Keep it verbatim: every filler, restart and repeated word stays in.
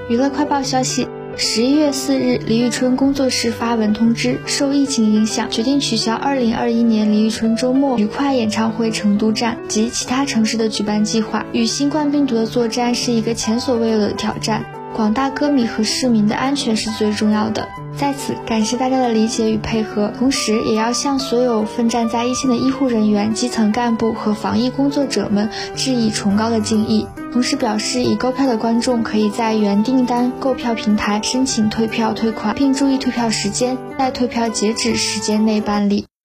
娱乐快报消息，十一月四日，李宇春工作室发文通知，受疫情影响，决定取消二零二一年李宇春周末愉快演唱会成都站及其他城市的举办计划。与新冠病毒的作战是一个前所未有的挑战，广大歌迷和市民的安全是最重要的。在此感谢大家的理解与配合，同时也要向所有奋战在一线的医护人员、基层干部和防疫工作者们致以崇高的敬意。同时表示，已购票的观众可以在原订单购票平台申请退票退款，并注意退票时间，在退票截止时间内办理。